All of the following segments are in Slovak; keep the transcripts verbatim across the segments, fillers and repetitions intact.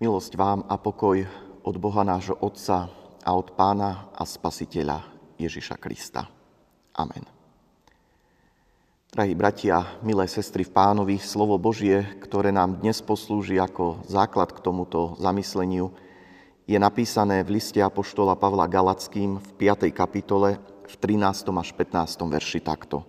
Milosť vám a pokoj od Boha nášho Otca a od Pána a Spasiteľa Ježiša Krista. Amen. Drahí bratia, milé sestry v Pánovi, slovo Božie, ktoré nám dnes poslúži ako základ k tomuto zamysleniu, je napísané v liste apoštola Pavla Galackým v piatej kapitole v trinástom až pätnástom verši takto.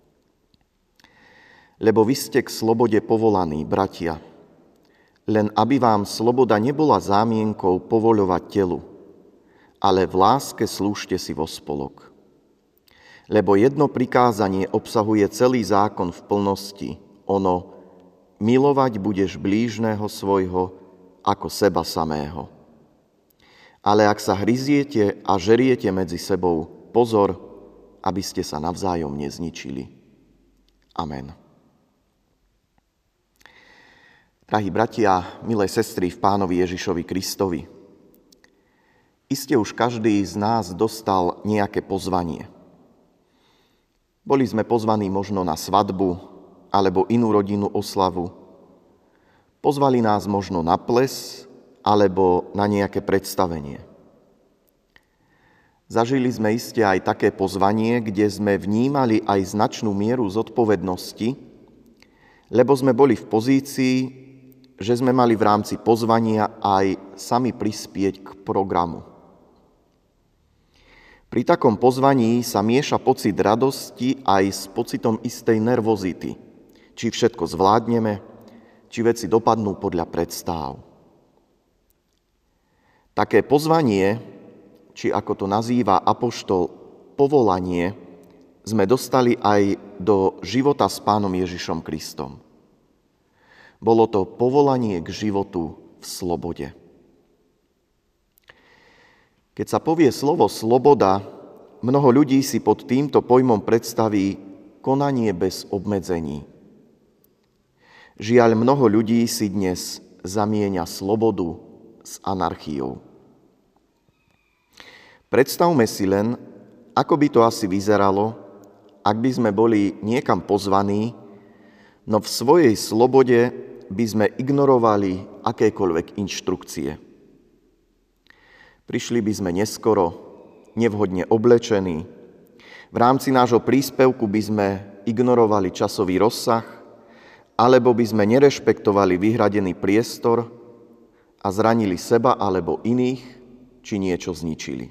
Lebo vy ste k slobode povolaní, bratia, len aby vám sloboda nebola zámienkou povoľovať telu, ale v láske slúžte si vo spolok. Lebo jedno prikázanie obsahuje celý zákon v plnosti, ono, milovať budeš blížneho svojho ako seba samého. Ale ak sa hryziete a žeriete medzi sebou, pozor, aby ste sa navzájom nezničili. Amen. Drahí bratia, milé sestry v Pánovi Ježišovi Kristovi, iste už každý z nás dostal nejaké pozvanie. Boli sme pozvaní možno na svadbu alebo inú rodinnú oslavu. Pozvali nás možno na ples alebo na nejaké predstavenie. Zažili sme iste aj také pozvanie, kde sme vnímali aj značnú mieru zodpovednosti, lebo sme boli v pozícii, že sme mali v rámci pozvania aj sami prispieť k programu. Pri takom pozvaní sa mieša pocit radosti aj s pocitom istej nervozity, či všetko zvládneme, či veci dopadnú podľa predstáv. Také pozvanie, či ako to nazýva apoštol, povolanie, sme dostali aj do života s Pánom Ježišom Kristom. Bolo to povolanie k životu v slobode. Keď sa povie slovo sloboda, mnoho ľudí si pod týmto pojmom predstaví konanie bez obmedzení. Žiaľ, mnoho ľudí si dnes zamieňa slobodu s anarchiou. Predstavme si len, ako by to asi vyzeralo, ak by sme boli niekam pozvaní, no v svojej slobode by sme ignorovali akékoľvek inštrukcie. Prišli by sme neskoro, nevhodne oblečení. V rámci nášho príspevku by sme ignorovali časový rozsah, alebo by sme nerešpektovali vyhradený priestor a zranili seba alebo iných, či niečo zničili.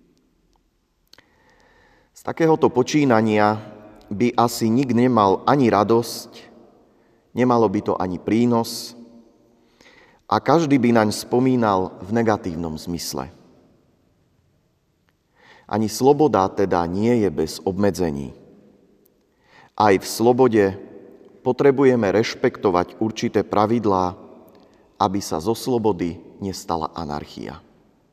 Z takéhoto počínania by asi nik nemal ani radosť, nemalo by to ani prínos a každý by naň spomínal v negatívnom zmysle. Ani sloboda teda nie je bez obmedzení. Aj v slobode potrebujeme rešpektovať určité pravidlá, aby sa zo slobody nestala anarchia.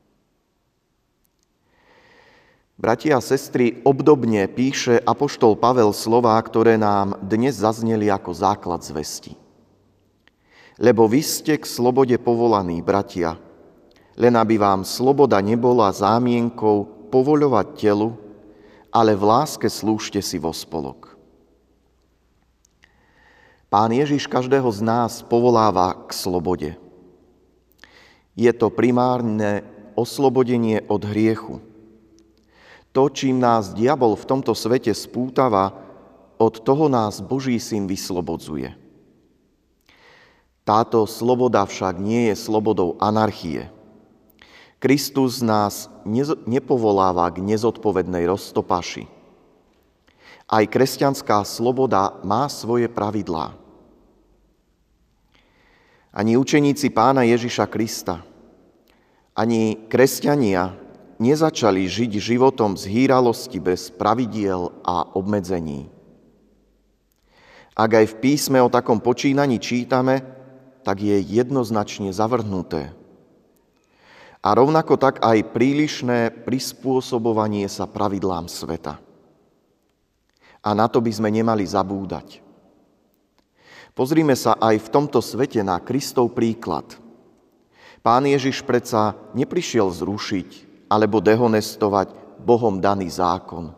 Bratia a sestry, obdobne píše apoštol Pavel slová, ktoré nám dnes zazneli ako základ zvesti. Lebo vy ste k slobode povolaní, bratia, len aby vám sloboda nebola zámienkou povoľovať telu, ale v láske slúžte si vo spolok. Pán Ježiš každého z nás povoláva k slobode. Je to primárne oslobodenie od hriechu. To, čím nás diabol v tomto svete spútava, od toho nás Boží syn vyslobodzuje. Táto sloboda však nie je slobodou anarchie. Kristus nás nepovoláva k nezodpovednej roztopaši. Aj kresťanská sloboda má svoje pravidlá. Ani učeníci Pána Ježiša Krista, ani kresťania nezačali žiť životom zhýralosti bez pravidiel a obmedzení. Ak aj v písme o takom počínaní čítame, tak je jednoznačne zavrhnuté. A rovnako tak aj prílišné prispôsobovanie sa pravidlám sveta. A na to by sme nemali zabúdať. Pozrime sa aj v tomto svete na Kristov príklad. Pán Ježiš predsa neprišiel zrušiť alebo dehonestovať Bohom daný zákon.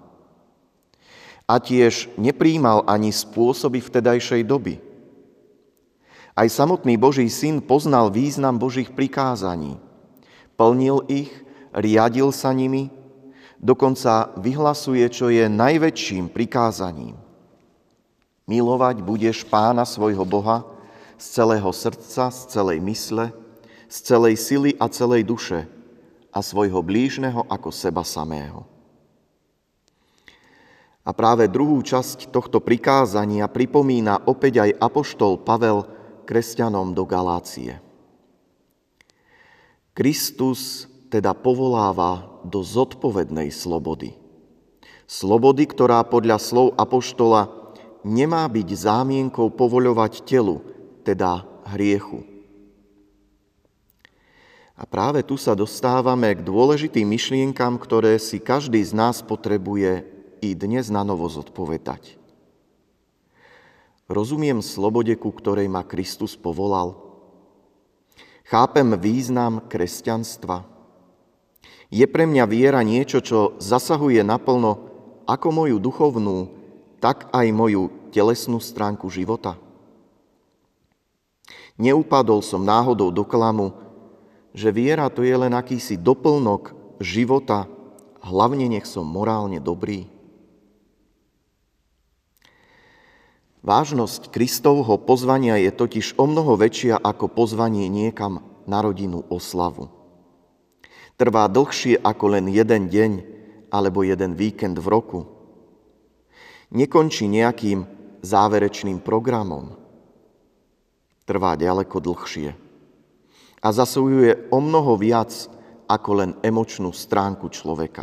A tiež neprijímal ani spôsoby vtedajšej doby. Aj samotný Boží syn poznal význam Božích prikázaní. Plnil ich, riadil sa nimi, dokonca vyhlasuje, čo je najväčším prikázaním. Milovať budeš Pána svojho Boha z celého srdca, z celej mysle, z celej sily a celej duše a svojho blížneho ako seba samého. A práve druhú časť tohto prikázania pripomína opäť aj apoštol Pavel kresťanom do Galácie. Kristus teda povoláva do zodpovednej slobody. Slobody, ktorá podľa slov apoštola nemá byť zámienkou povoľovať telu, teda hriechu. A práve tu sa dostávame k dôležitým myšlienkam, ktoré si každý z nás potrebuje i dnes na novo zodpovedať. Rozumiem slobode, ku ktorej ma Kristus povolal? Chápem význam kresťanstva? Je pre mňa viera niečo, čo zasahuje naplno ako moju duchovnú, tak aj moju telesnú stránku života? Neupadol som náhodou do klamu, že viera to je len akýsi doplnok života, hlavne nech som morálne dobrý. Vážnosť Kristovho pozvania je totiž omnoho väčšia ako pozvanie niekam na rodinnú oslavu. Trvá dlhšie ako len jeden deň alebo jeden víkend v roku. Nekončí nejakým záverečným programom. Trvá ďaleko dlhšie. A zasahuje omnoho viac ako len emočnú stránku človeka.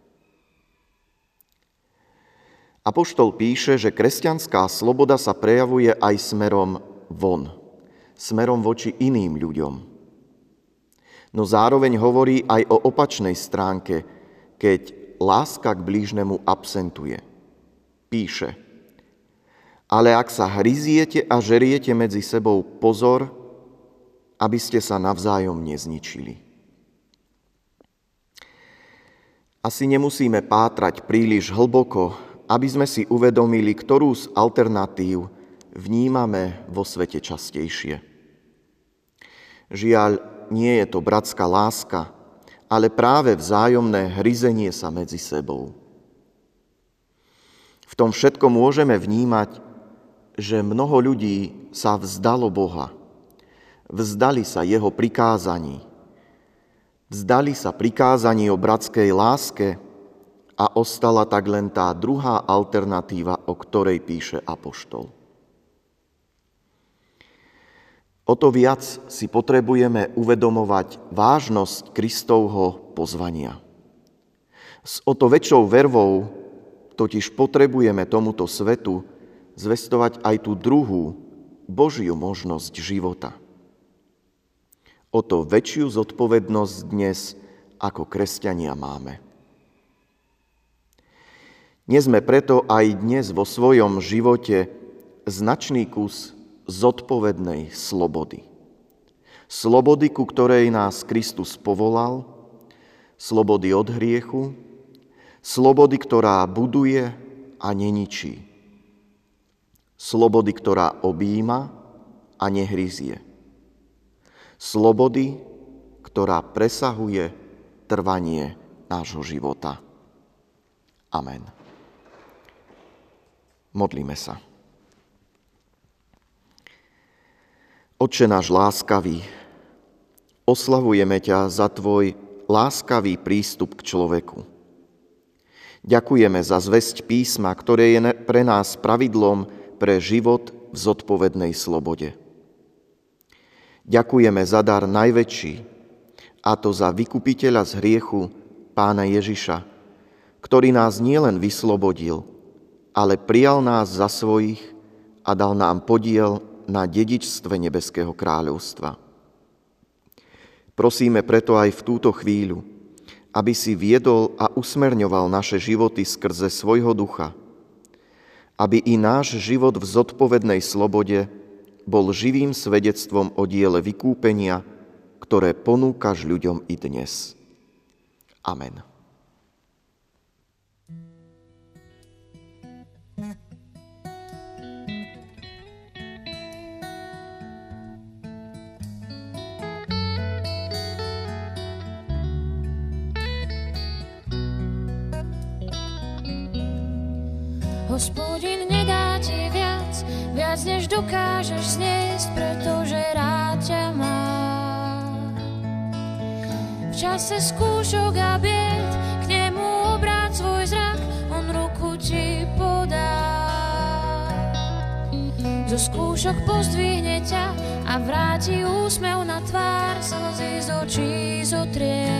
Apoštol píše, že kresťanská sloboda sa prejavuje aj smerom von, smerom voči iným ľuďom. No zároveň hovorí aj o opačnej stránke, keď láska k blížnemu absentuje. Píše: ale ak sa hryziete a žeriete medzi sebou, pozor, aby ste sa navzájom nezničili. Asi nemusíme pátrať príliš hlboko, aby sme si uvedomili, ktorú z alternatív vnímame vo svete častejšie. Žiaľ, nie je to bratská láska, ale práve vzájomné hryzenie sa medzi sebou. V tom všetkom môžeme vnímať, že mnoho ľudí sa vzdalo Boha, vzdali sa jeho prikázaní, vzdali sa prikázaní o bratskej láske, a ostala tak len tá druhá alternatíva, o ktorej píše apoštol. O to viac si potrebujeme uvedomovať vážnosť Kristovho pozvania. S o to väčšou vervou totiž potrebujeme tomuto svetu zvestovať aj tú druhú, Božiu možnosť života. O to väčšiu zodpovednosť dnes ako kresťania máme. Nie sme preto aj dnes vo svojom živote značný kus zodpovednej slobody. Slobody, ku ktorej nás Kristus povolal, slobody od hriechu, slobody, ktorá buduje a neničí. Slobody, ktorá objíma a nehryzie. Slobody, ktorá presahuje trvanie nášho života. Amen. Modlíme sa. Otče náš láskavý, oslavujeme ťa za tvoj láskavý prístup k človeku. Ďakujeme za zvesť písma, ktoré je pre nás pravidlom pre život v zodpovednej slobode. Ďakujeme za dar najväčší, a to za vykupiteľa z hriechu, Pána Ježiša, ktorý nás nielen vyslobodil, ale prijal nás za svojich a dal nám podiel na dedičstve nebeského kráľovstva. Prosíme preto aj v túto chvíľu, aby si viedol a usmerňoval naše životy skrze svojho ducha, aby i náš život v zodpovednej slobode bol živým svedectvom o diele vykúpenia, ktoré ponúkaš ľuďom i dnes. Amen. Hospodin nedá ti viac, viac než dokážeš zniesť, pretože rád ťa má. V čase skúšok a bied k nemu obráť svoj zrak, on ruku ti podá. Zo skúšok pozdvihne ťa a vráti úsmev na tvár, slzy z očí zotrie.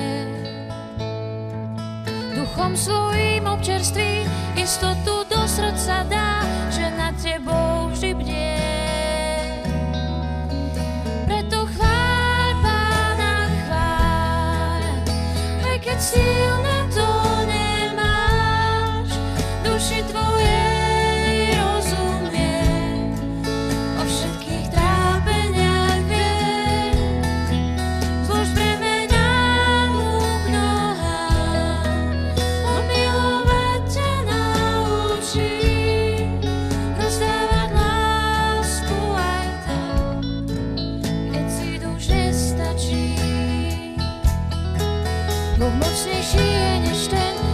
Duchom svojím občerství istotu do srdca dá, že nad tebou vždy bdie. Preto chváľ Pána, chváľ, aj keď síl na to nemáš, duši tvojej rozumie, o všetkých trápeniach vie. Zlož bremena mu k nohám, on milovať ťa naučí, rozdávať lásku aj tam, keď si duš nestačí. Boh mocnejší je než ten,